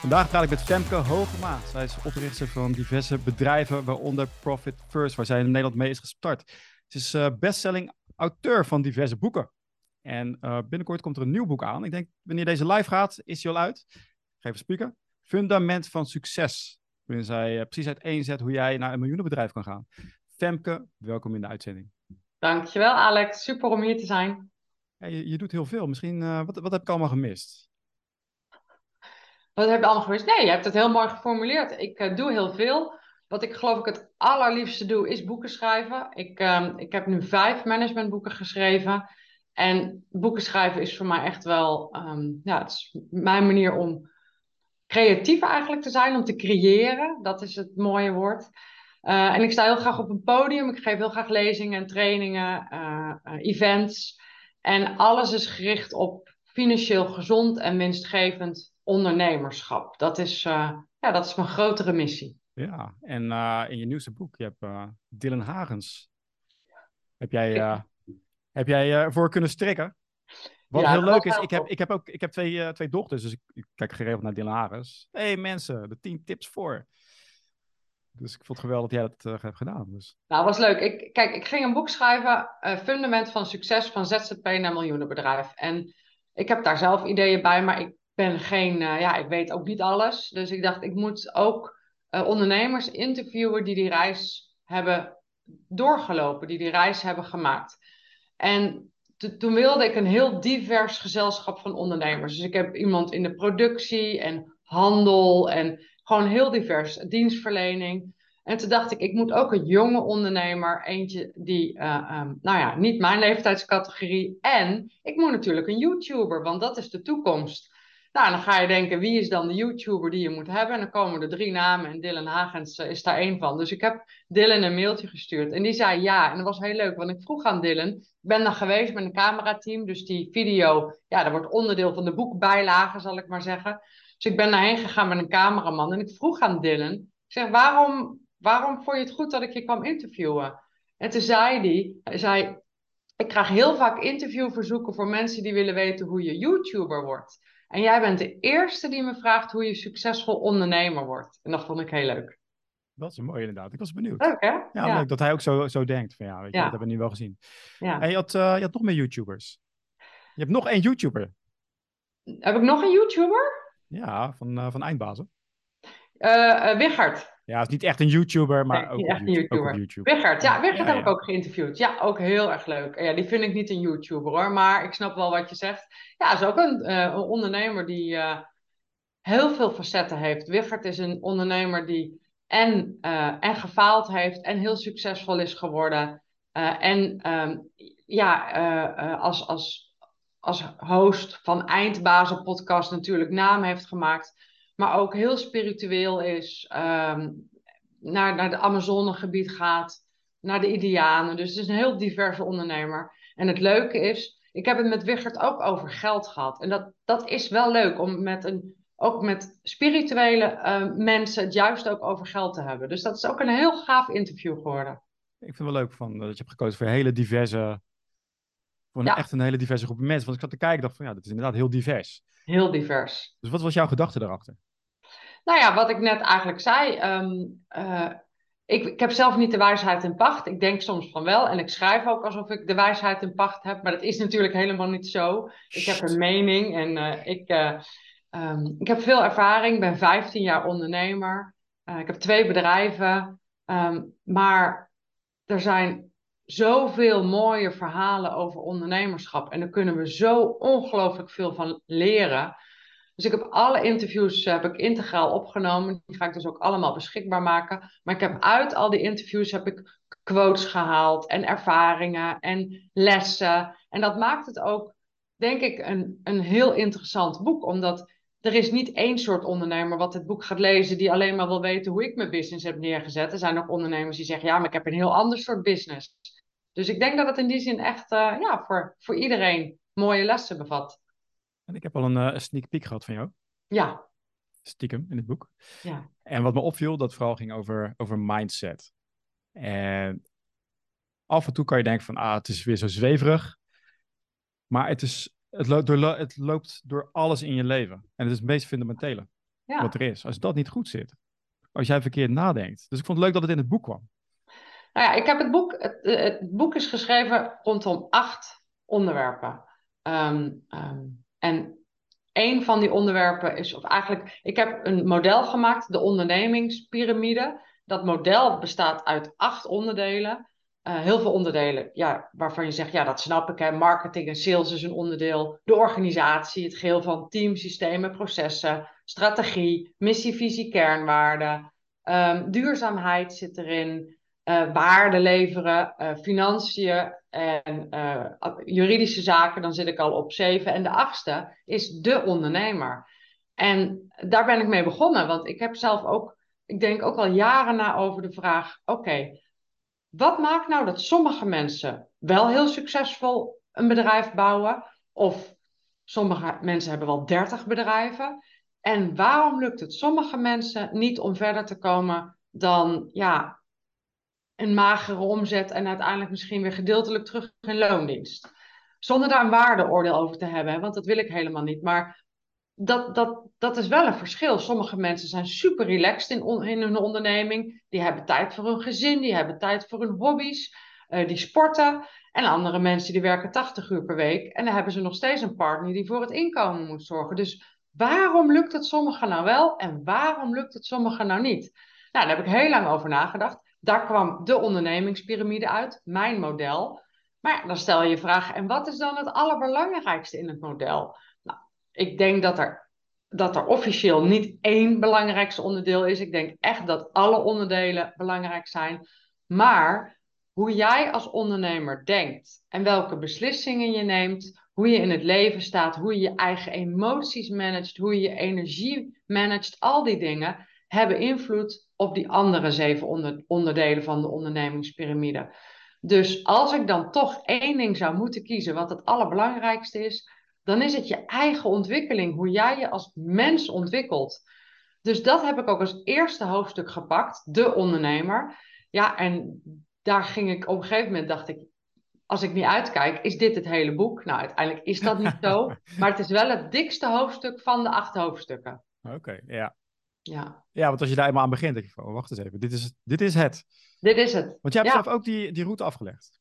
Vandaag praat ik met Femke Hogema. Zij is oprichter van diverse bedrijven, waaronder Profit First, waar zij in Nederland mee is gestart. Ze is bestselling auteur van diverse boeken. En binnenkort komt er een nieuw boek aan. Ik denk, wanneer deze live gaat, is hij al uit. Ik ga even spieken. Fundament van succes. Waarin zij precies uiteenzet hoe jij naar een miljoenenbedrijf kan gaan. Femke, welkom in de uitzending. Dankjewel Alex, super om hier te zijn. Ja, je doet heel veel. Misschien, wat heb ik allemaal gemist? Wat heb je allemaal geweest? Nee, je hebt het heel mooi geformuleerd. Ik doe heel veel. Wat ik geloof ik het allerliefste doe, is boeken schrijven. Ik heb nu 5 managementboeken geschreven. En boeken schrijven is voor mij echt wel, ja, het is mijn manier om creatief eigenlijk te zijn, om te creëren. Dat is het mooie woord. En ik sta heel graag op een podium. Ik geef heel graag lezingen en trainingen, events. En alles is gericht op financieel gezond en winstgevend ondernemerschap. Dat is mijn grotere missie. Ja, en in je nieuwste boek, je hebt Dylan Hagens. Heb jij, Ik- uh, heb jij ervoor kunnen strikken? Wat ja, heel dat leuk was is, heel tof. ik heb twee dochters, dus ik kijk geregeld naar Dylan Hagens. Hey mensen, de 10 tips voor. Dus ik vond het geweldig dat jij dat hebt gedaan. Dus. Nou, was leuk. Ik ging een boek schrijven, Fundament van Succes van ZZP naar miljoenenbedrijf. En ik heb daar zelf ideeën bij, maar ik ben geen, ik weet ook niet alles. Dus ik dacht, ik moet ook ondernemers interviewen die reis hebben doorgelopen, die reis hebben gemaakt. En toen wilde ik een heel divers gezelschap van ondernemers. Dus ik heb iemand in de productie en handel en gewoon heel divers, dienstverlening. En toen dacht ik moet ook een jonge ondernemer, eentje die, niet mijn leeftijdscategorie. En ik moet natuurlijk een YouTuber, want dat is de toekomst. Nou, dan ga je denken, wie is dan de YouTuber die je moet hebben? En dan komen er 3 namen en Dylan Hagens is daar één van. Dus ik heb Dylan een mailtje gestuurd en die zei ja. En dat was heel leuk, want ik vroeg aan Dylan, ik ben daar geweest met een camerateam, dus die video, ja, dat wordt onderdeel van de boekbijlage, zal ik maar zeggen. Dus ik ben daarheen gegaan met een cameraman en ik vroeg aan Dylan, ik zeg, waarom vond je het goed dat ik je kwam interviewen? En toen hij zei, ik krijg heel vaak interviewverzoeken voor mensen die willen weten hoe je YouTuber wordt. En jij bent de eerste die me vraagt hoe je succesvol ondernemer wordt. En dat vond ik heel leuk. Dat is mooi inderdaad. Ik was benieuwd. Leuk, hè? Ja, Ja, leuk dat hij ook zo denkt. Van ja, weet je, dat ja, hebben we nu wel gezien. En ja. je had nog meer YouTubers. Je hebt nog één YouTuber. Heb ik nog een YouTuber? Ja, van Eindbazen. Wichert. Ja, het is niet echt een YouTuber, maar Nee, niet echt een Ook op YouTuber. YouTube. Wichert, ja, Wichert Ja, heb ik ja. ook geïnterviewd. Ja, ook heel erg leuk. En ja, die vind ik niet een YouTuber hoor, maar ik snap wel wat je zegt. Ja, is ook een ondernemer die heel veel facetten heeft. Wichert is een ondernemer die en gefaald heeft en heel succesvol is geworden. En als host van Eindbazen podcast natuurlijk naam heeft gemaakt. Maar ook heel spiritueel is. Naar de Amazonegebied gaat. Naar de Indianen. Dus het is een heel diverse ondernemer. En het leuke is, ik heb het met Wichert ook over geld gehad. En dat is wel leuk om ook met spirituele mensen het juist ook over geld te hebben. Dus dat is ook een heel gaaf interview geworden. Ik vind het wel leuk dat je hebt gekozen voor Ja, echt een hele diverse groep mensen. Want ik zat te kijken en dacht van ja, dat is inderdaad heel divers. heel divers. Dus wat was jouw gedachte daarachter? Nou ja, wat ik net eigenlijk zei. Ik heb zelf niet de wijsheid in pacht. Ik denk soms van wel. En ik schrijf ook alsof ik de wijsheid in pacht heb. Maar dat is natuurlijk helemaal niet zo. Ik heb een Sst. mening en ik heb veel ervaring. Ben 15 jaar ondernemer. Ik heb 2 bedrijven. Maar er zijn zoveel mooie verhalen over ondernemerschap. En daar kunnen we zo ongelooflijk veel van leren. Dus ik heb alle interviews heb ik integraal opgenomen. Die ga ik dus ook allemaal beschikbaar maken. Maar ik heb uit al die interviews heb ik quotes gehaald en ervaringen en lessen. En dat maakt het ook, denk ik, een heel interessant boek. Omdat er is niet één soort ondernemer wat het boek gaat lezen die alleen maar wil weten hoe ik mijn business heb neergezet. Er zijn ook ondernemers die zeggen, ja, maar ik heb een heel ander soort business. Dus ik denk dat het in die zin echt voor iedereen mooie lessen bevat. En ik heb al een sneak peek gehad van jou. Ja, Stiekem in het boek. ja. En wat me opviel, dat vooral ging over mindset. En af en toe kan je denken van, het is weer zo zweverig. Maar het loopt door alles in je leven. En het is het meest fundamentele. wat ja. er is. Als dat niet goed zit. Als jij verkeerd nadenkt. Dus ik vond het leuk dat het in het boek kwam. Nou ja, ik heb het boek is geschreven rondom 8 onderwerpen. En één van die onderwerpen is, of eigenlijk, ik heb een model gemaakt, de ondernemingspyramide. Dat model bestaat uit 8 onderdelen. Heel veel onderdelen, ja, waarvan je zegt, ja, dat snap ik. Hè. Marketing en sales is een onderdeel. De organisatie, het geheel van teamsystemen, processen, strategie, missie, visie, kernwaarden. Duurzaamheid zit erin. Waarde leveren, financiën en juridische zaken, dan zit ik al op 7. En de 8e is de ondernemer. En daar ben ik mee begonnen, want ik heb zelf ook, ik denk ook al jaren na over de vraag, oké, wat maakt nou dat sommige mensen wel heel succesvol een bedrijf bouwen, of sommige mensen hebben wel 30 bedrijven, en waarom lukt het sommige mensen niet om verder te komen dan, ja, een magere omzet en uiteindelijk misschien weer gedeeltelijk terug in loondienst. Zonder daar een waardeoordeel over te hebben, hè, want dat wil ik helemaal niet. Maar dat is wel een verschil. Sommige mensen zijn super relaxed in hun onderneming. Die hebben tijd voor hun gezin, die hebben tijd voor hun hobby's, die sporten. En andere mensen die werken 80 uur per week en dan hebben ze nog steeds een partner die voor het inkomen moet zorgen. Dus waarom lukt het sommigen nou wel en waarom lukt het sommigen nou niet? Nou, daar heb ik heel lang over nagedacht. Daar kwam de ondernemingspyramide uit, mijn model. Maar ja, dan stel je je vraag, en wat is dan het allerbelangrijkste in het model? Nou, ik denk dat er officieel niet één belangrijkste onderdeel is. Ik denk echt dat alle onderdelen belangrijk zijn. Maar hoe jij als ondernemer denkt en welke beslissingen je neemt, hoe je in het leven staat, hoe je je eigen emoties managt, hoe je je energie managt, al die dingen hebben invloed op die andere 7 onderdelen van de ondernemingspyramide. Dus als ik dan toch één ding zou moeten kiezen, wat het allerbelangrijkste is, dan is het je eigen ontwikkeling, hoe jij je als mens ontwikkelt. Dus dat heb ik ook als eerste hoofdstuk gepakt, de ondernemer. Ja, en daar ging ik op een gegeven moment, dacht ik, als ik niet uitkijk, is dit het hele boek? Nou, uiteindelijk is dat niet zo, maar het is wel het dikste hoofdstuk van de 8 hoofdstukken. Oké, ja. Ja, Ja, want als je daar eenmaal aan begint, denk je van, oh, wacht eens even, dit is het. dit is het. Want jij hebt Ja, zelf ook die route afgelegd.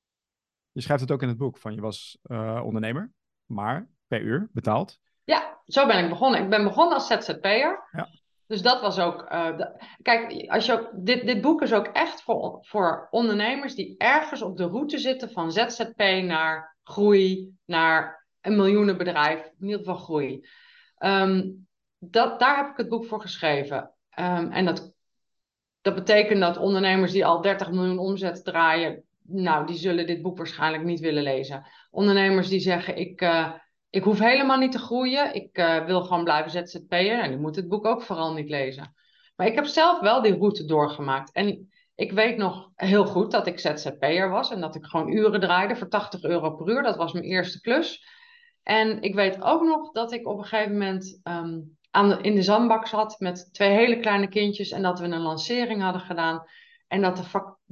Je schrijft het ook in het boek, van je was ondernemer, maar per uur betaald. ja, zo ben ik begonnen. Ik ben begonnen als ZZP'er. Ja, Dus dat was ook. Kijk, als je ook, dit boek is ook echt voor ondernemers die ergens op de route zitten van ZZP naar groei, naar een miljoenenbedrijf, in ieder geval groei. Ehm, daar heb ik het boek voor geschreven. En dat betekent dat ondernemers die al 30 miljoen omzet draaien, nou, die zullen dit boek waarschijnlijk niet willen lezen. Ondernemers die zeggen, ik hoef helemaal niet te groeien, ik wil gewoon blijven ZZP'er, en die moeten het boek ook vooral niet lezen. Maar ik heb zelf wel die route doorgemaakt. En ik weet nog heel goed dat ik ZZP'er was en dat ik gewoon uren draaide voor 80 euro per uur. Dat was mijn eerste klus. En ik weet ook nog dat ik op een gegeven moment in de zandbak zat met 2 hele kleine kindjes en dat we een lancering hadden gedaan. En dat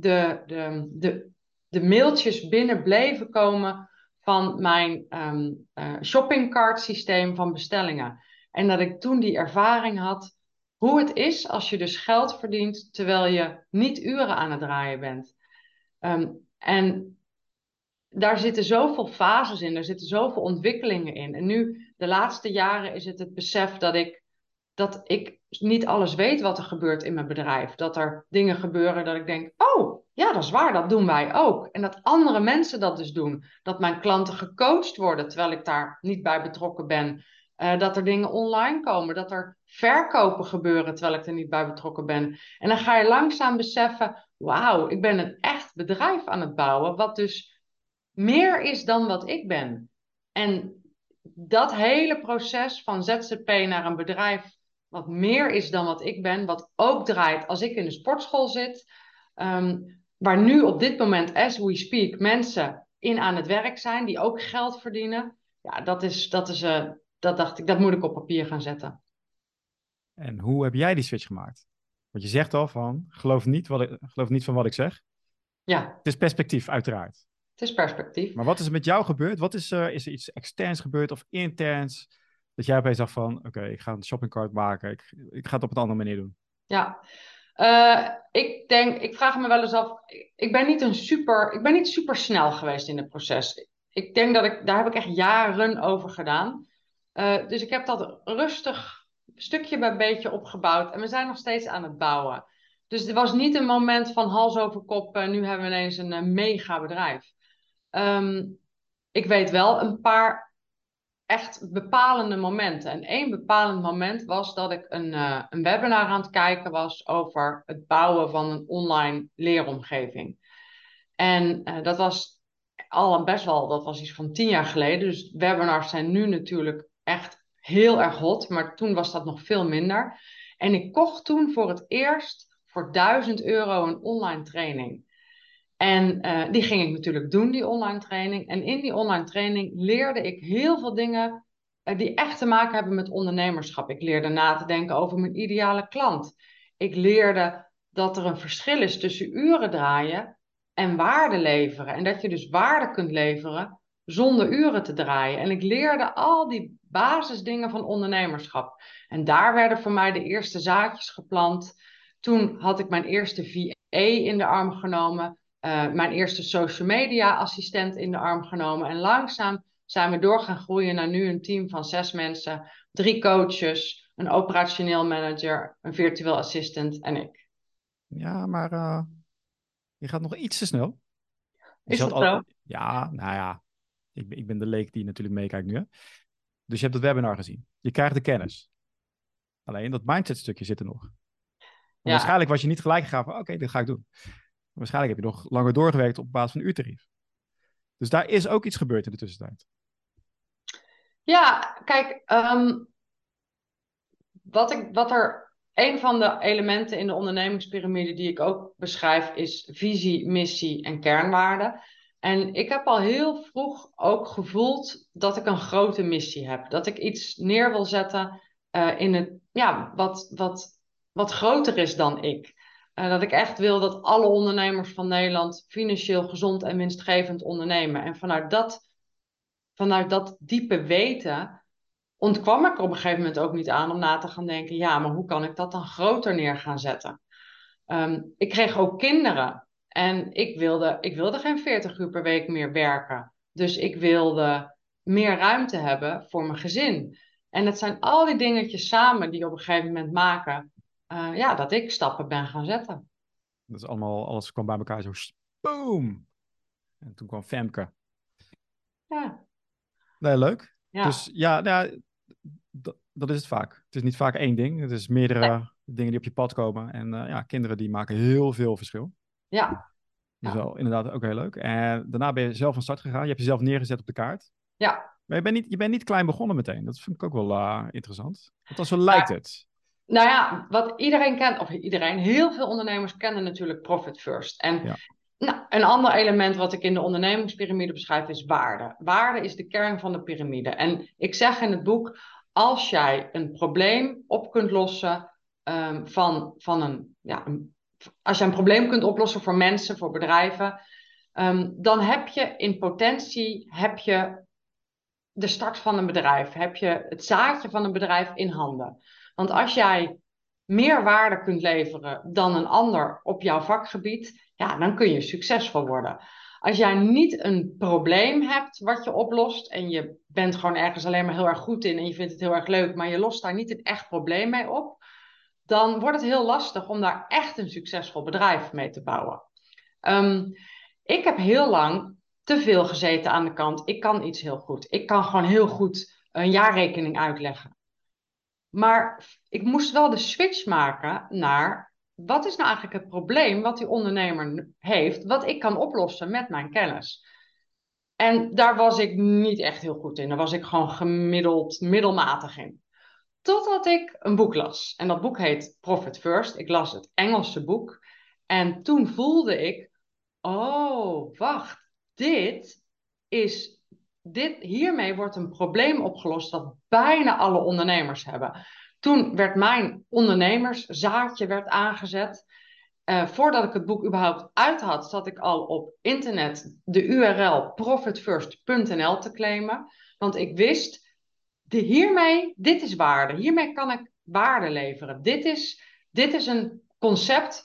de mailtjes binnen bleven komen van mijn shoppingcart systeem van bestellingen. En dat ik toen die ervaring had hoe het is als je dus geld verdient terwijl je niet uren aan het draaien bent. En daar zitten zoveel fases in, er zitten zoveel ontwikkelingen in. En nu, de laatste jaren, is het besef dat ik niet alles weet wat er gebeurt in mijn bedrijf. Dat er dingen gebeuren dat ik denk, oh, ja, dat is waar, dat doen wij ook. En dat andere mensen dat dus doen. Dat mijn klanten gecoacht worden, terwijl ik daar niet bij betrokken ben. Dat er dingen online komen, dat er verkopen gebeuren, terwijl ik er niet bij betrokken ben. En dan ga je langzaam beseffen, wauw, ik ben een echt bedrijf aan het bouwen, wat dus meer is dan wat ik ben. En dat hele proces van ZZP naar een bedrijf wat meer is dan wat ik ben, wat ook draait als ik in de sportschool zit, waar nu op dit moment, as we speak, mensen in aan het werk zijn, die ook geld verdienen. Ja, dat dacht ik, dat moet ik op papier gaan zetten. en hoe heb jij die switch gemaakt? Want je zegt al van, geloof niet van wat ik zeg. Ja, Het is perspectief, uiteraard. het is perspectief. Maar wat is er met jou gebeurd? Is er iets externs gebeurd of interns? Dat jij opeens zag van, oké, ik ga een shoppingcart maken. Ik ga het op een andere manier doen. Ja. Ik vraag me wel eens af, ik ben niet super snel geweest in het proces. Ik denk daar heb ik echt jaren over gedaan. Dus ik heb dat rustig stukje bij beetje opgebouwd en we zijn nog steeds aan het bouwen. Dus er was niet een moment van hals over kop, nu hebben we ineens een mega bedrijf. Ehm, ik weet wel een paar echt bepalende momenten. En één bepalend moment was dat ik een webinar aan het kijken was over het bouwen van een online leeromgeving. En dat was al best wel, dat was iets van 10 jaar geleden. Dus webinars zijn nu natuurlijk echt heel erg hot, maar toen was dat nog veel minder. En ik kocht toen voor het eerst voor 1.000 euro een online training. En die ging ik natuurlijk doen, die online training. En in die online training leerde ik heel veel dingen die echt te maken hebben met ondernemerschap. Ik leerde na te denken over mijn ideale klant. Ik leerde dat er een verschil is tussen uren draaien en waarde leveren. En dat je dus waarde kunt leveren zonder uren te draaien. En ik leerde al die basisdingen van ondernemerschap. En daar werden voor mij de eerste zaadjes geplant. Toen had ik mijn eerste VA in de arm genomen. Mijn eerste social media assistent in de arm genomen. En langzaam zijn we door gaan groeien naar nu een team van 6 mensen, 3 coaches, een operationeel manager, een virtueel assistant en ik. Ja, maar je gaat nog iets te snel. Dus Is je had dat zo? al, ja, nou ja, ik ben de leek die natuurlijk meekijkt nu. Hè? Dus je hebt het webinar gezien. Je krijgt de kennis. Alleen dat mindset stukje zit er nog. En Ja, waarschijnlijk was je niet gelijk gegaan van, oké, dit ga ik doen. Waarschijnlijk heb je nog langer doorgewerkt op basis van uurtarief. Dus daar is ook iets gebeurd in de tussentijd. ja kijk, een van de elementen in de ondernemingspyramide die ik ook beschrijf is visie, missie en kernwaarden. En ik heb al heel vroeg ook gevoeld dat ik een grote missie heb. Dat ik iets neer wil zetten in het, ja, wat groter is dan ik. Dat ik echt wil dat alle ondernemers van Nederland financieel gezond en winstgevend ondernemen. En vanuit dat diepe weten ontkwam ik er op een gegeven moment ook niet aan om na te gaan denken, ja, maar hoe kan ik dat dan groter neer gaan zetten? Ik kreeg ook kinderen en ik wilde geen 40 uur per week meer werken. Dus ik wilde meer ruimte hebben voor mijn gezin. En het zijn al die dingetjes samen die op een gegeven moment maken, ja, dat ik stappen ben gaan zetten. Dat is allemaal, alles kwam bij elkaar zo, boom. En toen kwam Femke. Ja, Nee, leuk. ja. Dus ja, nou, ja, dat is het vaak. Het is niet vaak één ding. Het is meerdere dingen die op je pad komen. En ja, kinderen die maken heel veel verschil. Ja, Dus ja, wel inderdaad ook heel leuk. En daarna ben je zelf van start gegaan. Je hebt jezelf neergezet op de kaart. ja. Maar je bent niet klein begonnen meteen. Dat vind ik ook wel interessant. Want zo lijkt het. Nou ja, wat iedereen kent, of iedereen, heel veel ondernemers kennen natuurlijk Profit First. En Ja, nou, een ander element wat ik in de ondernemingspyramide beschrijf is waarde. Waarde is de kern van de piramide. En ik zeg in het boek, als jij een probleem op kunt lossen als je een probleem kunt oplossen voor mensen, voor bedrijven, dan heb je in potentie de start van een bedrijf, heb je het zaadje van een bedrijf in handen. Want als jij meer waarde kunt leveren dan een ander op jouw vakgebied, ja, dan kun je succesvol worden. Als jij niet een probleem hebt wat je oplost en je bent gewoon ergens alleen maar heel erg goed in en je vindt het heel erg leuk, maar je lost daar niet een echt probleem mee op, dan wordt het heel lastig om daar echt een succesvol bedrijf mee te bouwen. Um, ik heb heel lang te veel gezeten aan de kant. Ik kan iets heel goed. Ik kan gewoon heel goed een jaarrekening uitleggen. Maar ik moest wel de switch maken naar wat is nou eigenlijk het probleem wat die ondernemer heeft, wat ik kan oplossen met mijn kennis. En daar was ik niet echt heel goed in. Daar was ik gewoon gemiddeld, middelmatig in. Totdat ik een boek las. En dat boek heet Profit First. Ik las het Engelse boek. En toen voelde ik, oh, wacht, hiermee wordt een probleem opgelost dat bijna alle ondernemers hebben. Toen werd mijn ondernemerszaadje werd aangezet. Voordat ik het boek überhaupt uit had, zat ik al op internet de URL profitfirst.nl te claimen. Want ik wist, dit is waarde. Hiermee kan ik waarde leveren. Dit is een concept.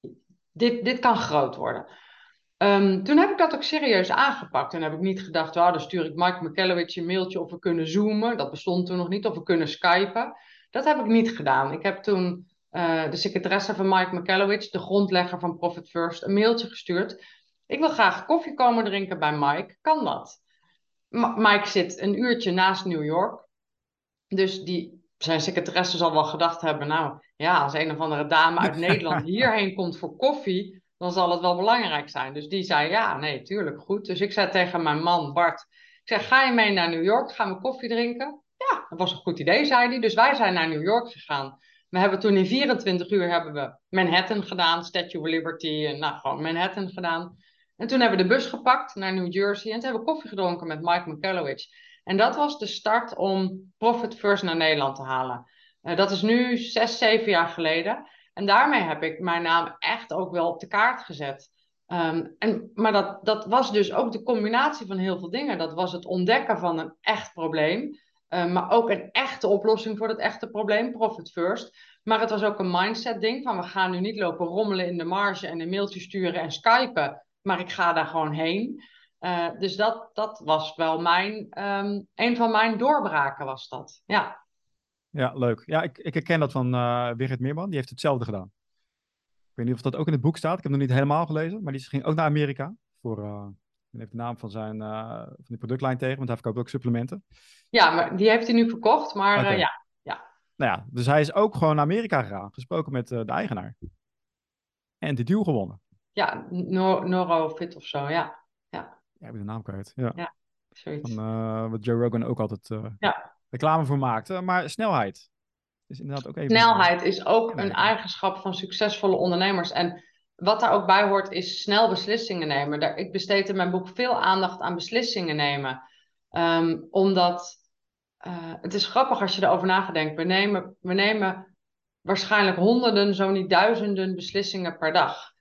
Dit kan groot worden. Toen heb ik dat ook serieus aangepakt. Toen heb ik niet gedacht, dan stuur ik Mike Michalowicz een mailtje of we kunnen zoomen. Dat bestond toen nog niet, of we kunnen skypen. Dat heb ik niet gedaan. Ik heb toen de secretaresse van Mike Michalowicz, de grondlegger van Profit First, een mailtje gestuurd. Ik wil graag koffie komen drinken bij Mike. Kan dat? Mike zit een uurtje naast New York. Dus zijn secretaresse zal wel gedacht hebben, nou ja, als een of andere dame uit Nederland hierheen komt voor koffie, dan zal het wel belangrijk zijn. Dus die zei, ja, nee, tuurlijk, goed. Dus ik zei tegen mijn man Bart, ik zeg, ga je mee naar New York? Gaan we koffie drinken? Ja, dat was een goed idee, zei hij. Dus wij zijn naar New York gegaan. We hebben toen in 24 uur hebben we Manhattan gedaan, Statue of Liberty, en nou, gewoon Manhattan gedaan. En toen hebben we de bus gepakt naar New Jersey en toen hebben we koffie gedronken met Mike Michalowicz. En dat was de start om Profit First naar Nederland te halen. Dat is nu 6, 7 jaar geleden. En daarmee heb ik mijn naam echt ook wel op de kaart gezet. Maar dat was dus ook de combinatie van heel veel dingen. Dat was het ontdekken van een echt probleem. Maar ook een echte oplossing voor dat echte probleem, Profit First. Maar het was ook een mindset ding van we gaan nu niet lopen rommelen in de marge en een mailtje sturen en skypen. Maar ik ga daar gewoon heen. Dus dat was wel een van mijn doorbraken was dat. Ja. Ja, leuk. Ja, ik herken dat van Wigert Meerman. Die heeft hetzelfde gedaan. Ik weet niet of dat ook in het boek staat. Ik heb het nog niet helemaal gelezen. Maar die ging ook naar Amerika. Ik heb de naam van die productlijn tegen. Want hij verkoopt ook supplementen. Ja, maar die heeft hij nu verkocht. Maar Oké. ja. Nou ja, dus hij is ook gewoon naar Amerika gegaan. Gesproken met de eigenaar. En de deal gewonnen. Ja, Neurofit of zo, ja. Ja, Ja, ik ben de naam kwijt. Ja. ja, zoiets. Wat Joe Rogan ook altijd Ja. reclame voor maakt. Maar snelheid is inderdaad ook even... Snelheid is ook een eigenschap van succesvolle ondernemers. En wat daar ook bij hoort, is snel beslissingen nemen. Ik besteed in mijn boek veel aandacht aan beslissingen nemen. Omdat het is grappig als je erover nadenkt. We nemen waarschijnlijk honderden, zo niet duizenden beslissingen per dag.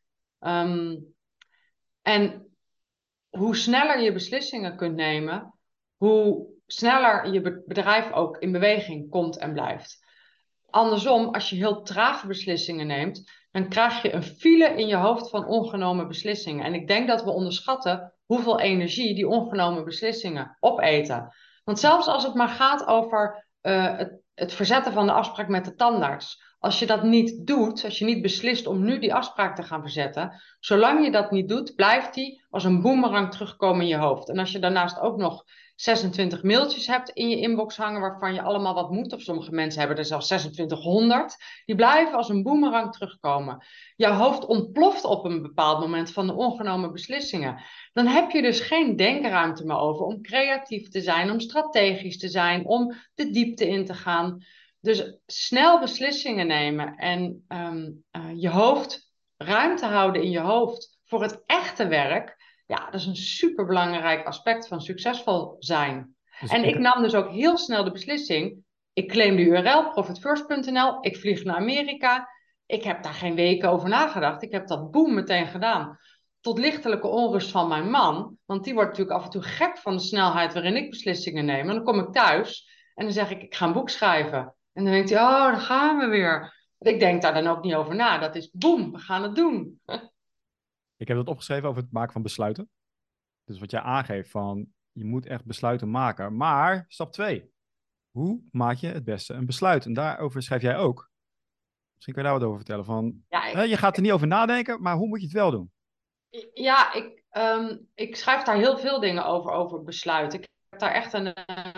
En hoe sneller je beslissingen kunt nemen, hoe sneller je bedrijf ook in beweging komt en blijft. Andersom, als je heel trage beslissingen neemt, dan krijg je een file in je hoofd van ongenomen beslissingen. En ik denk dat we onderschatten hoeveel energie die ongenomen beslissingen opeten. Want zelfs als het maar gaat over het verzetten van de afspraak met de tandarts. Als je dat niet doet, als je niet beslist om nu die afspraak te gaan verzetten, zolang je dat niet doet, blijft die als een boemerang terugkomen in je hoofd. En als je daarnaast ook nog 26 mailtjes hebt in je inbox hangen waarvan je allemaal wat moet, of sommige mensen hebben er zelfs 2600, die blijven als een boemerang terugkomen. Jouw hoofd ontploft op een bepaald moment van de ongenomen beslissingen. Dan heb je dus geen denkruimte meer over om creatief te zijn, om strategisch te zijn, om de diepte in te gaan. Dus snel beslissingen nemen en je hoofd, ruimte houden in je hoofd voor het echte werk. Ja, dat is een superbelangrijk aspect van succesvol zijn. Dus en ik nam dus ook heel snel de beslissing. Ik claim de URL, profitfirst.nl. Ik vlieg naar Amerika. Ik heb daar geen weken over nagedacht. Ik heb dat boem meteen gedaan. Tot lichtelijke onrust van mijn man. Want die wordt natuurlijk af en toe gek van de snelheid waarin ik beslissingen neem. En dan kom ik thuis en dan zeg ik ga een boek schrijven. En dan denkt hij, oh, daar gaan we weer. Ik denk daar dan ook niet over na. Dat is boem, we gaan het doen. Ik heb dat opgeschreven over het maken van besluiten. Dus wat jij aangeeft van, je moet echt besluiten maken. Maar, stap 2. Hoe maak je het beste een besluit? En daarover schrijf jij ook. Misschien kan je daar wat over vertellen. Van, je gaat er niet over nadenken, maar hoe moet je het wel doen? Ja, ik schrijf daar heel veel dingen over besluiten. Ik heb daar echt een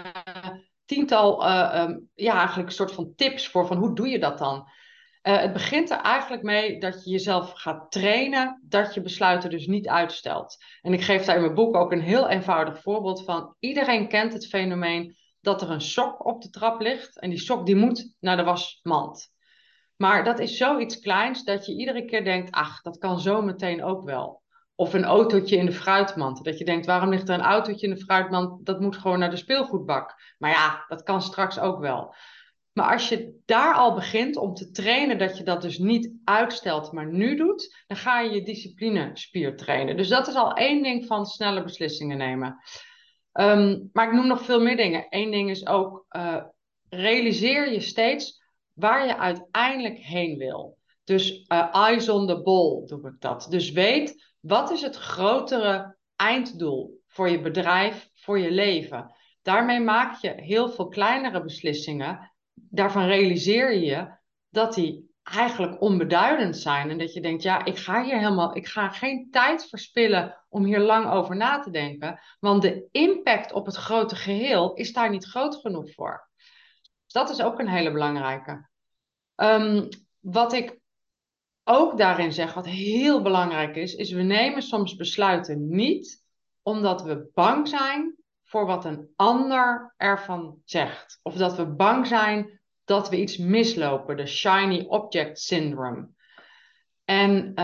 tiental, eigenlijk een soort van tips voor. Van hoe doe je dat dan? Het begint er eigenlijk mee dat je jezelf gaat trainen, dat je besluiten dus niet uitstelt. En ik geef daar in mijn boek ook een heel eenvoudig voorbeeld van. Iedereen kent het fenomeen dat er een sok op de trap ligt. En die sok die moet naar de wasmand. Maar dat is zoiets kleins dat je iedere keer denkt, ach, dat kan zo meteen ook wel. Of een autootje in de fruitmand. Dat je denkt, waarom ligt er een autootje in de fruitmand? Dat moet gewoon naar de speelgoedbak. Maar ja, dat kan straks ook wel. Maar als je daar al begint om te trainen dat je dat dus niet uitstelt, maar nu doet, dan ga je je disciplinespier trainen. Dus dat is al één ding van snelle beslissingen nemen. Maar ik noem nog veel meer dingen. Eén ding is ook, realiseer je steeds waar je uiteindelijk heen wil. Dus eyes on the ball doe ik dat. Dus weet, wat is het grotere einddoel voor je bedrijf, voor je leven? Daarmee maak je heel veel kleinere beslissingen. Daarvan realiseer je je dat die eigenlijk onbeduidend zijn. En dat je denkt, ja, ik ga geen tijd verspillen om hier lang over na te denken. Want de impact op het grote geheel is daar niet groot genoeg voor. Dus dat is ook een hele belangrijke. Wat ik ook daarin zeg, wat heel belangrijk is we nemen soms besluiten niet omdat we bang zijn voor wat een ander ervan zegt. Of dat we bang zijn dat we iets mislopen, de shiny object syndrome. En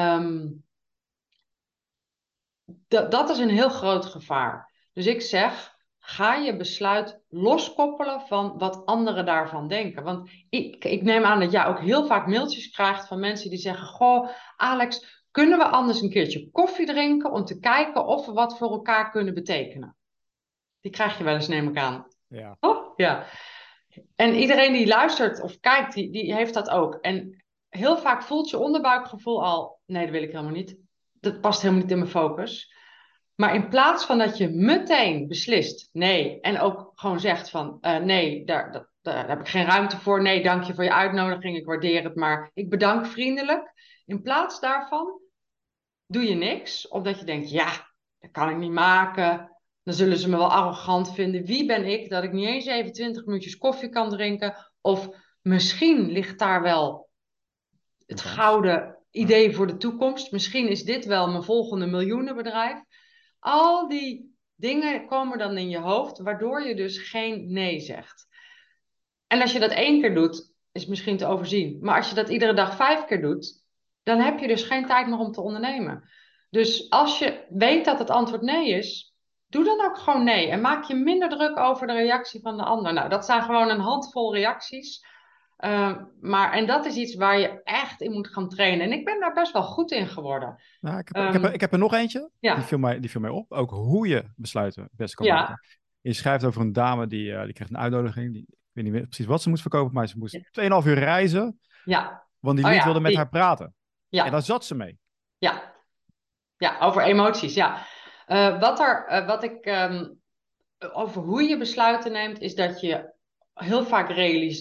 dat is een heel groot gevaar. Dus ik zeg, ga je besluit loskoppelen van wat anderen daarvan denken. Want ik neem aan dat jij ook heel vaak mailtjes krijgt van mensen die zeggen, goh, Alex, kunnen we anders een keertje koffie drinken om te kijken of we wat voor elkaar kunnen betekenen? Die krijg je wel eens, neem ik aan. Ja. Oh, ja. En iedereen die luistert of kijkt, die heeft dat ook. En heel vaak voelt je onderbuikgevoel al, nee, dat wil ik helemaal niet. Dat past helemaal niet in mijn focus. Maar in plaats van dat je meteen beslist nee en ook gewoon zegt van nee, daar heb ik geen ruimte voor. Nee, dank je voor je uitnodiging. Ik waardeer het, maar ik bedank vriendelijk. In plaats daarvan doe je niks, omdat je denkt, ja, dat kan ik niet maken. Dan zullen ze me wel arrogant vinden. Wie ben ik dat ik niet eens even 20 minuutjes koffie kan drinken? Of misschien ligt daar wel het gouden idee voor de toekomst. Misschien is dit wel mijn volgende miljoenenbedrijf. Al die dingen komen dan in je hoofd, waardoor je dus geen nee zegt. En als je dat 1 keer doet, is het misschien te overzien. Maar als je dat iedere dag 5 keer doet, dan heb je dus geen tijd meer om te ondernemen. Dus als je weet dat het antwoord nee is, doe dan ook gewoon nee. En maak je minder druk over de reactie van de ander. Nou, dat zijn gewoon een handvol reacties. En dat is iets waar je echt in moet gaan trainen. En ik ben daar best wel goed in geworden. Nou, ik heb er nog eentje. Ja, Die viel mij op. Ook hoe je besluiten het best kan ja, maken. Je schrijft over een dame die kreeg een uitnodiging. Ik weet niet meer precies wat ze moest verkopen, maar ze moest 2,5 uur reizen. ja. Want die Oh lead ja, wilde met haar praten. En daar ja, zat ze mee. ja, ja, over emoties, ja. Wat ik over hoe je besluiten neemt, is dat je heel vaak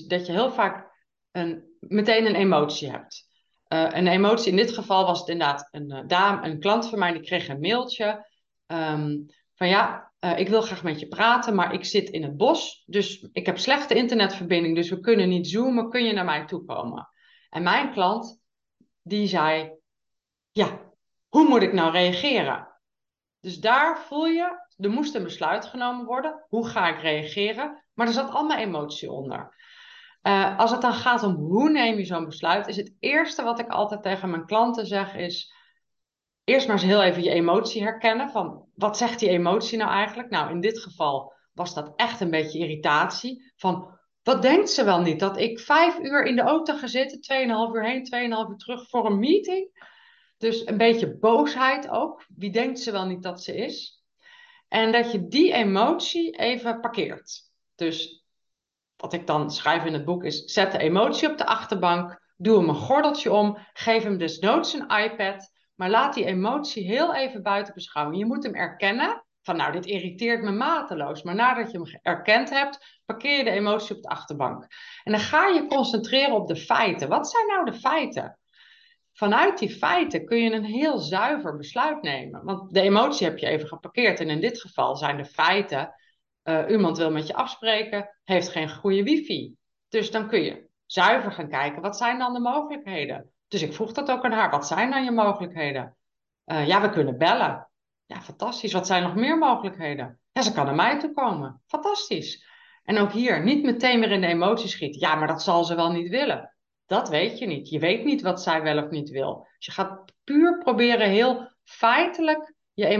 meteen een emotie hebt. Een emotie, in dit geval was het inderdaad een klant van mij, die kreeg een mailtje van ja, ik wil graag met je praten, maar ik zit in het bos, dus ik heb slechte internetverbinding, dus we kunnen niet zoomen, kun je naar mij toe komen? En mijn klant, die zei, ja, hoe moet ik nou reageren? Dus daar voel je, er moest een besluit genomen worden. Hoe ga ik reageren? Maar er zat allemaal emotie onder. Als het dan gaat om hoe neem je zo'n besluit, is het eerste wat ik altijd tegen mijn klanten zeg is, eerst maar eens heel even je emotie herkennen. Van, wat zegt die emotie nou eigenlijk? Nou, in dit geval was dat echt een beetje irritatie. Van, wat denkt ze wel niet? Dat ik 5 uur in de auto ga zitten, 2,5 uur heen, 2,5 uur terug voor een meeting? Dus een beetje boosheid ook. Wie denkt ze wel niet dat ze is? En dat je die emotie even parkeert. Dus wat ik dan schrijf in het boek is, zet de emotie op de achterbank, doe hem een gordeltje om, geef hem desnoods een iPad, maar laat die emotie heel even buiten beschouwing. Je moet hem erkennen, van nou, dit irriteert me mateloos, maar nadat je hem erkend hebt, parkeer je de emotie op de achterbank. En dan ga je concentreren op de feiten. Wat zijn nou de feiten? Vanuit die feiten kun je een heel zuiver besluit nemen. Want de emotie heb je even geparkeerd. En in dit geval zijn de feiten, iemand wil met je afspreken, heeft geen goede wifi. Dus dan kun je zuiver gaan kijken, wat zijn dan de mogelijkheden? Dus ik vroeg dat ook aan haar, wat zijn dan je mogelijkheden? Ja, we kunnen bellen. Ja, fantastisch. Wat zijn nog meer mogelijkheden? Ja, ze kan naar mij toe komen. Fantastisch. En ook hier, niet meteen weer in de emotie schieten. Ja, maar dat zal ze wel niet willen. Dat weet je niet. Je weet niet wat zij wel of niet wil. Dus je gaat puur proberen heel feitelijk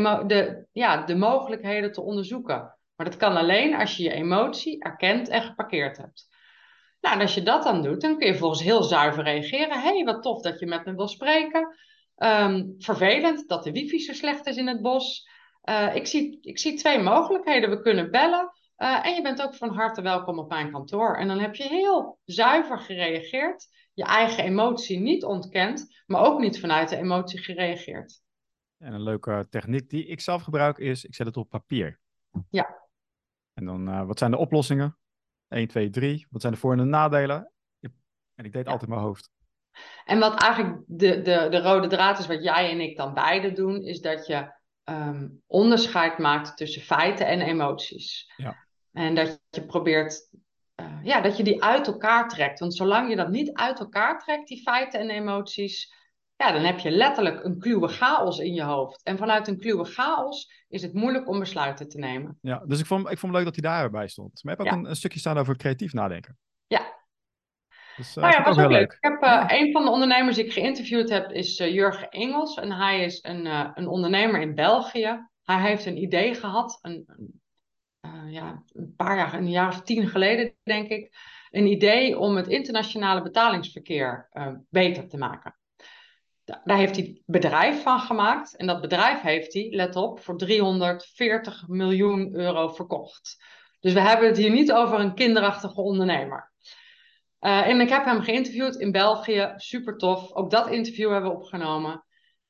de mogelijkheden te onderzoeken. Maar dat kan alleen als je je emotie erkend en geparkeerd hebt. Nou, en als je dat dan doet, dan kun je volgens heel zuiver reageren. Hé, wat tof dat je met me wil spreken. Vervelend dat de wifi zo slecht is in het bos. ik zie twee mogelijkheden. We kunnen bellen. En je bent ook van harte welkom op mijn kantoor. En dan heb je heel zuiver gereageerd. Je eigen emotie niet ontkend, maar ook niet vanuit de emotie gereageerd. En een leuke techniek die ik zelf gebruik is, ik zet het op papier. Ja. En dan, wat zijn de oplossingen? 1, 2, 3. Wat zijn de voor- en de nadelen? En ik deed Ja. altijd in mijn hoofd. En wat eigenlijk de rode draad is, wat jij en ik dan beide doen, is dat je onderscheid maakt tussen feiten en emoties. Ja. En dat je probeert, dat je die uit elkaar trekt. Want zolang je dat niet uit elkaar trekt, die feiten en emoties, ja, dan heb je letterlijk een kluwe chaos in je hoofd. En vanuit een kluwe chaos is het moeilijk om besluiten te nemen. Ja, dus ik vond het leuk dat hij daarbij stond. Maar je hebt ook Ja, een stukje staan over creatief nadenken. ja. Dus Nou ja, vond ik ook was ook heel leuk. Ik leuk. heb Ja, een van de ondernemers die ik geïnterviewd heb, is Jurgen Engels. En hij is een ondernemer in België. Hij heeft een idee gehad, een paar jaar, een jaar of 10 geleden, denk ik. Een idee om het internationale betalingsverkeer beter te maken. Daar heeft hij bedrijf van gemaakt. En dat bedrijf heeft hij, let op, voor 340 miljoen euro verkocht. Dus we hebben het hier niet over een kinderachtige ondernemer. En ik heb hem geïnterviewd in België. Super tof. Ook dat interview hebben we opgenomen.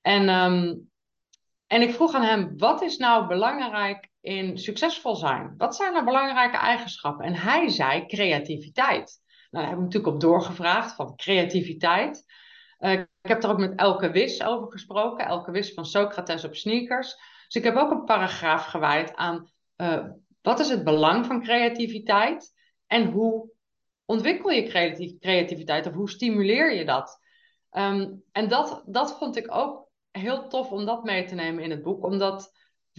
En ik vroeg aan hem, wat is nou belangrijk in succesvol zijn? Wat zijn nou belangrijke eigenschappen? En hij zei creativiteit. Nou, daar heb ik natuurlijk op doorgevraagd van creativiteit. Ik heb er ook met Elke Wis over gesproken. Elke Wis van Socrates op Sneakers. Dus ik heb ook een paragraaf gewijd aan wat is het belang van creativiteit? En hoe ontwikkel je creativiteit of hoe stimuleer je dat? En dat vond ik ook heel tof om dat mee te nemen in het boek, omdat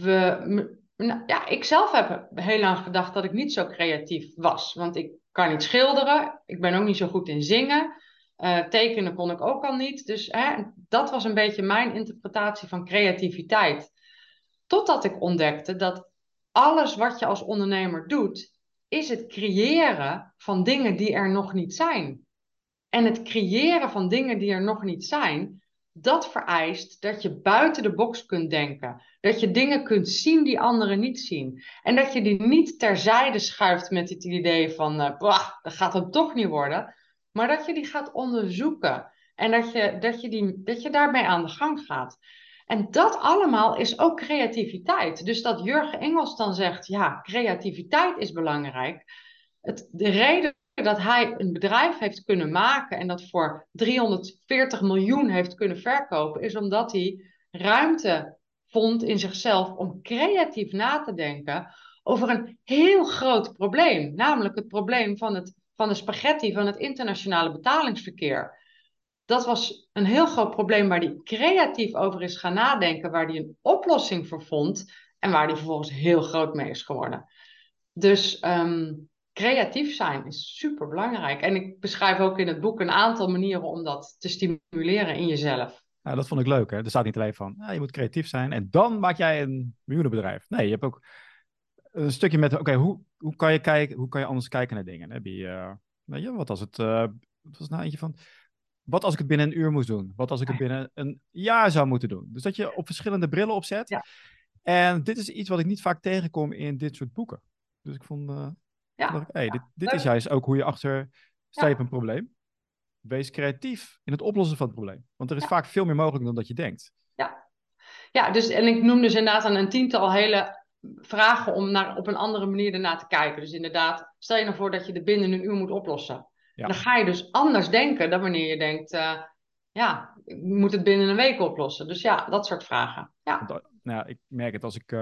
ik zelf heb heel lang gedacht dat ik niet zo creatief was, want ik kan niet schilderen, ik ben ook niet zo goed in zingen, tekenen kon ik ook al niet, dus dat was een beetje mijn interpretatie van creativiteit. Totdat ik ontdekte dat alles wat je als ondernemer doet, is het creëren van dingen die er nog niet zijn. En het creëren van dingen die er nog niet zijn, dat vereist dat je buiten de box kunt denken. Dat je dingen kunt zien die anderen niet zien. En dat je die niet terzijde schuift met het idee van, dat gaat het toch niet worden. Maar dat je die gaat onderzoeken. En dat je daarmee aan de gang gaat. En dat allemaal is ook creativiteit. Dus dat Jurgen Engels dan zegt, ja, creativiteit is belangrijk. De reden dat hij een bedrijf heeft kunnen maken en dat voor 340 miljoen heeft kunnen verkopen, is omdat hij ruimte vond in zichzelf om creatief na te denken over een heel groot probleem. Namelijk het probleem van de spaghetti van het internationale betalingsverkeer. Dat was een heel groot probleem waar hij creatief over is gaan nadenken, waar hij een oplossing voor vond en waar hij vervolgens heel groot mee is geworden. Dus creatief zijn is super belangrijk. En ik beschrijf ook in het boek een aantal manieren om dat te stimuleren in jezelf. nou, dat vond ik leuk. Hè? Er staat niet alleen van, je moet creatief zijn en dan maak jij een miljoenenbedrijf. Nee, je hebt ook een stukje met, oké, hoe kan je kijken, hoe kan je anders kijken naar dingen? Heb je, weet je, wat als het, wat was nou eentje van, wat als ik het binnen een uur moest doen? Wat als ik het binnen een jaar zou moeten doen? Dus dat je op verschillende brillen opzet. Ja, En dit is iets wat ik niet vaak tegenkom in dit soort boeken. Dus ik vond, dacht ja, ik, dit is leuk. juist ook hoe je achter sta je op Ja, een probleem. Wees creatief in het oplossen van het probleem. Want er is ja, vaak veel meer mogelijk dan dat je denkt. ja. Ja, dus, en ik noem dus inderdaad aan een tiental hele vragen om op een andere manier ernaar te kijken. Dus inderdaad, stel je nou voor dat je het binnen een uur moet oplossen. Ja, Dan ga je dus anders denken dan wanneer je denkt, ik moet het binnen een week oplossen. Dus ja, dat soort vragen. want Ja, nou ja, ik merk het als ik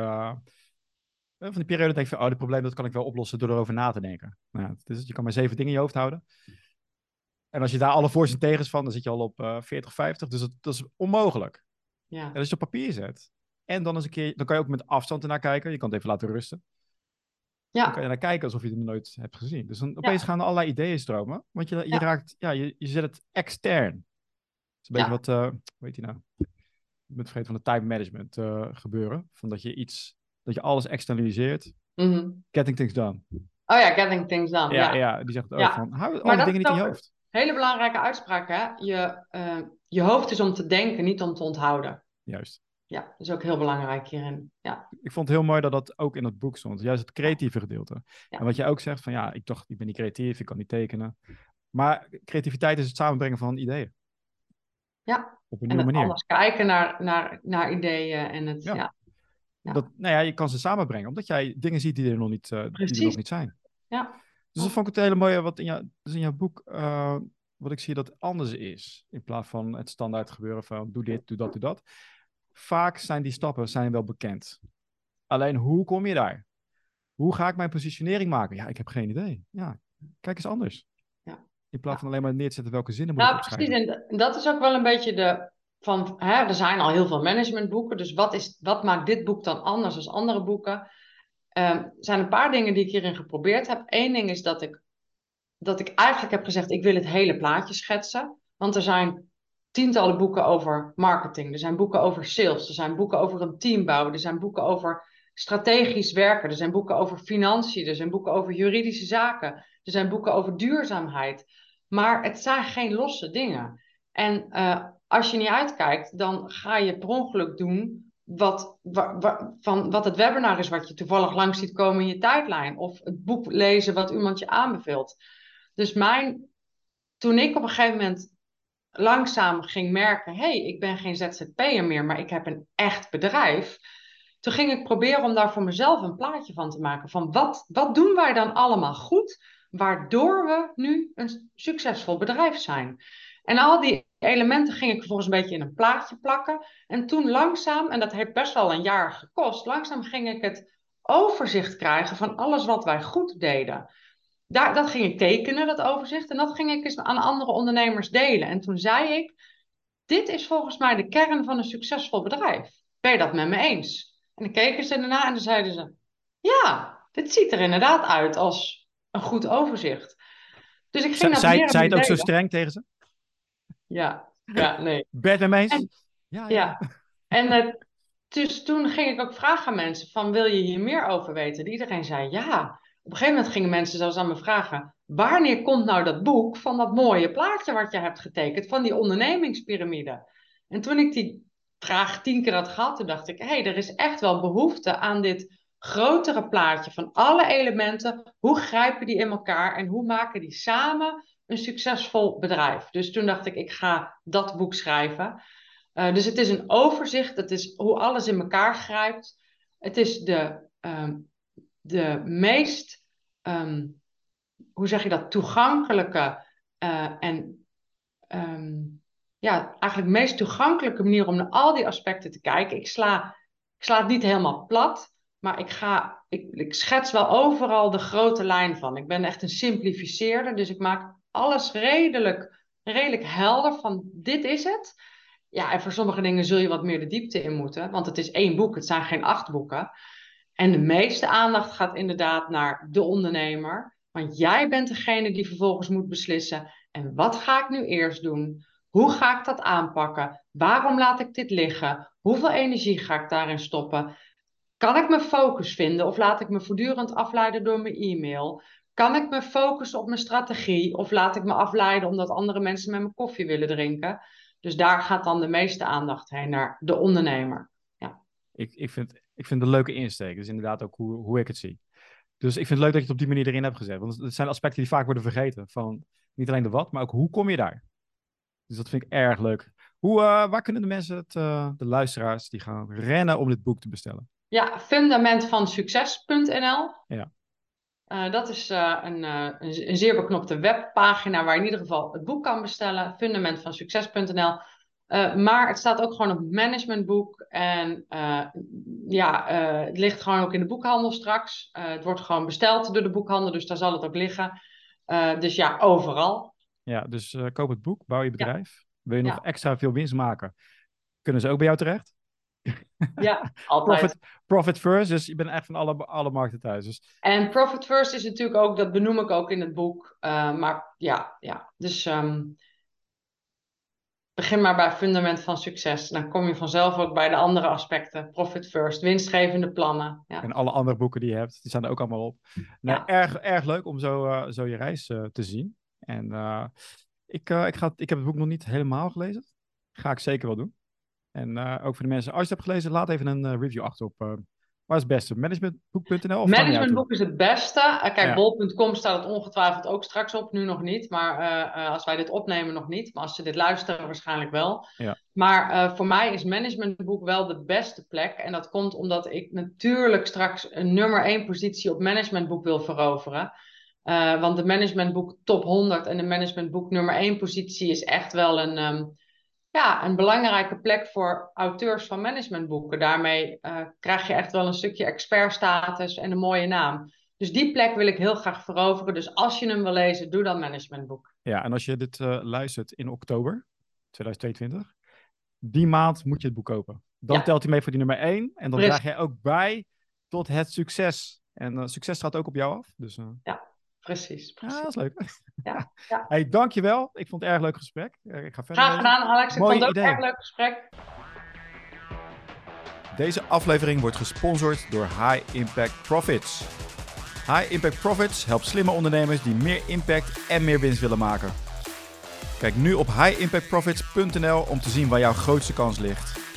van die periode denk van, dit probleem dat kan ik wel oplossen door erover na te denken. Nou, ja, het is, je kan maar 7 dingen in je hoofd houden. En als je daar alle voor's en tegens van, dan zit je al op 40, 50. Dus dat is onmogelijk. En ja, als je het op papier zet, en dan eens een keer, dan kan je ook met afstand ernaar kijken. Je kan het even laten rusten. Dan kan je ja, naar kijken alsof je het nog nooit hebt gezien. Dus dan opeens ja, gaan er allerlei ideeën stromen. Want je ja, raakt, je zet het extern. Dat is een beetje ja. wat, hoe heet die nou? Ik ben het vergeten van de time management gebeuren. Van dat je alles externaliseert. Mhm. Getting things done. Oh ja, getting things done, Ja, ja. ja, die zegt het ook Ja, van, hou al maar die dat dingen is niet in je ook een hoofd. hele belangrijke uitspraak, hè? Je hoofd is om te denken, niet om te onthouden. Juist. Ja, dat is ook heel belangrijk hierin. Ja, Ik vond het heel mooi dat dat ook in het boek stond. Juist het ja, creatieve gedeelte. En ja, wat jij ook zegt van ja, ik ben niet creatief, ik kan niet tekenen. Maar creativiteit is het samenbrengen van ideeën. ja. Op een En nieuwe het manier. anders kijken naar ideeën en het, Ja, ja, ja, nou ja, je kan ze samenbrengen. Omdat jij dingen ziet die er nog precies. niet zijn. Ja, Dus dat vond ik het hele mooie wat dus in jouw boek, wat ik zie dat het anders is. In plaats van het standaard gebeuren van doe dit, doe dat, doe dat. Vaak zijn die stappen zijn wel bekend. Alleen hoe kom je daar? Hoe ga ik mijn positionering maken? Ja, ik heb geen idee. Ja, kijk eens anders. ja, In plaats ja. van alleen maar neer te zetten welke zinnen moet ik Nou, precies. opschrijven. En dat is ook wel een beetje van, hè, er zijn al heel veel managementboeken, dus wat maakt dit boek dan anders dan andere boeken? Er zijn een paar dingen die ik hierin geprobeerd heb. Eén ding is dat ik eigenlijk heb gezegd, ik wil het hele plaatje schetsen. Want er zijn tientallen boeken over marketing. Er zijn boeken over sales. Er zijn boeken over een team bouwen. Er zijn boeken over strategisch werken. Er zijn boeken over financiën. Er zijn boeken over juridische zaken. Er zijn boeken over duurzaamheid. Maar het zijn geen losse dingen. En als je niet uitkijkt, dan ga je per ongeluk doen wat het webinar is wat je toevallig langs ziet komen in je tijdlijn. Of het boek lezen wat iemand je aanbeveelt. Dus toen ik op een gegeven moment langzaam ging merken, hey, ik ben geen ZZP'er meer, maar ik heb een echt bedrijf. Toen ging ik proberen om daar voor mezelf een plaatje van te maken. Van wat doen wij dan allemaal goed, waardoor we nu een succesvol bedrijf zijn. En al die elementen ging ik vervolgens een beetje in een plaatje plakken. En toen langzaam, en dat heeft best wel een jaar gekost, langzaam ging ik het overzicht krijgen van alles wat wij goed deden. Dat ging ik tekenen, dat overzicht. En dat ging ik eens aan andere ondernemers delen. En toen zei ik, dit is volgens mij de kern van een succesvol bedrijf. Ben je dat met me eens? En dan keken ze ernaar en dan zeiden ze, ja, dit ziet er inderdaad uit als een goed overzicht. Dus ik ging dat meer en Zij meer het ook zo delen. streng tegen ze? Ja, ja, nee. Ben je het mee eens? En, Ja, ja. ja, en dus toen ging ik ook vragen aan mensen van, wil je hier meer over weten? En iedereen zei ja. Op een gegeven moment gingen mensen zelfs aan me vragen, wanneer komt nou dat boek van dat mooie plaatje wat je hebt getekend, van die ondernemingspyramide? En toen ik die vraag 10 keer had gehad, toen dacht ik, hé, er is echt wel behoefte aan dit grotere plaatje van alle elementen. Hoe grijpen die in elkaar en hoe maken die samen een succesvol bedrijf? Dus toen dacht ik ga dat boek schrijven. Dus het is een overzicht, het is hoe alles in elkaar grijpt. Het is de meest, ehm, hoe zeg je dat, toegankelijke en ja, eigenlijk meest toegankelijke manier om naar al die aspecten te kijken. Ik sla het niet helemaal plat, maar ik schets wel overal de grote lijn van. Ik ben echt een simplificeerder, dus ik maak alles redelijk helder van dit is het. Ja, en voor sommige dingen zul je wat meer de diepte in moeten, want het is één boek, het zijn geen 8 boeken. En de meeste aandacht gaat inderdaad naar de ondernemer, want jij bent degene die vervolgens moet beslissen, en wat ga ik nu eerst doen? Hoe ga ik dat aanpakken? Waarom laat ik dit liggen? Hoeveel energie ga ik daarin stoppen? Kan ik mijn focus vinden of laat ik me voortdurend afleiden door mijn e-mail? Kan ik me focussen op mijn strategie of laat ik me afleiden omdat andere mensen met me koffie willen drinken? Dus daar gaat dan de meeste aandacht heen naar de ondernemer. Ja, Ik vind het een leuke insteek. Dus inderdaad ook hoe ik het zie. Dus ik vind het leuk dat je het op die manier erin hebt gezet. Want het zijn aspecten die vaak worden vergeten. Van niet alleen de wat, maar ook hoe kom je daar? Dus dat vind ik erg leuk. Waar kunnen de mensen, de luisteraars, die gaan rennen om dit boek te bestellen? ja, fundamentvansucces.nl. Ja. Dat is een zeer beknopte webpagina waar je in ieder geval het boek kan bestellen. Fundamentvansucces.nl. Maar het staat ook gewoon op het managementboek. En ja, het ligt gewoon ook in de boekhandel straks. Het wordt gewoon besteld door de boekhandel, dus daar zal het ook liggen. Dus ja, overal. Ja, dus koop het boek, bouw je Ja, bedrijf. Wil je nog ja, extra veel winst maken? Kunnen ze ook bij jou terecht? ja, altijd. Profit, profit first, dus je bent echt van alle markten thuis. Dus En Profit First is natuurlijk ook, dat benoem ik ook in het boek. Maar ja. Dus begin maar bij fundament van succes. Dan kom je vanzelf ook bij de andere aspecten. Profit first, winstgevende plannen. en Ja, alle andere boeken die je hebt, die staan er ook allemaal op. Nee, ja, erg leuk om zo je reis te zien. En ik heb het boek nog niet helemaal gelezen. Ga ik zeker wel doen. En ook voor de mensen, als je het hebt gelezen, laat even een review achter op... waar is het beste? Managementboek.nl of Managementboek is het beste. Kijk, Ja. bol.com staat het ongetwijfeld ook straks op. Nu nog niet, maar als wij dit opnemen nog niet. Maar als ze dit luisteren waarschijnlijk wel. Ja. Maar voor mij is Managementboek wel de beste plek. En dat komt omdat ik natuurlijk straks een nummer 1 positie op Managementboek wil veroveren. Want de Managementboek top 100 en de Managementboek nummer 1 positie is echt wel een belangrijke plek voor auteurs van managementboeken. Daarmee krijg je echt wel een stukje expertstatus en een mooie naam. Dus die plek wil ik heel graag veroveren. Dus als je hem wil lezen, doe dan managementboek. Ja, en als je dit luistert in oktober 2022, die maand moet je het boek kopen. Dan telt hij mee voor die nummer 1. En dan draag jij ook bij tot het succes. En succes staat ook op jou af. Dus, ja, precies. Ja, dat is leuk. Ja. Hey, dankjewel. Ik vond het een erg leuk gesprek. Ik ga verder Graag gedaan, Alex. Ik vond het ook idee. een erg leuk gesprek. Deze aflevering wordt gesponsord door High Impact Profits. High Impact Profits helpt slimme ondernemers die meer impact en meer winst willen maken. Kijk nu op highimpactprofits.nl om te zien waar jouw grootste kans ligt.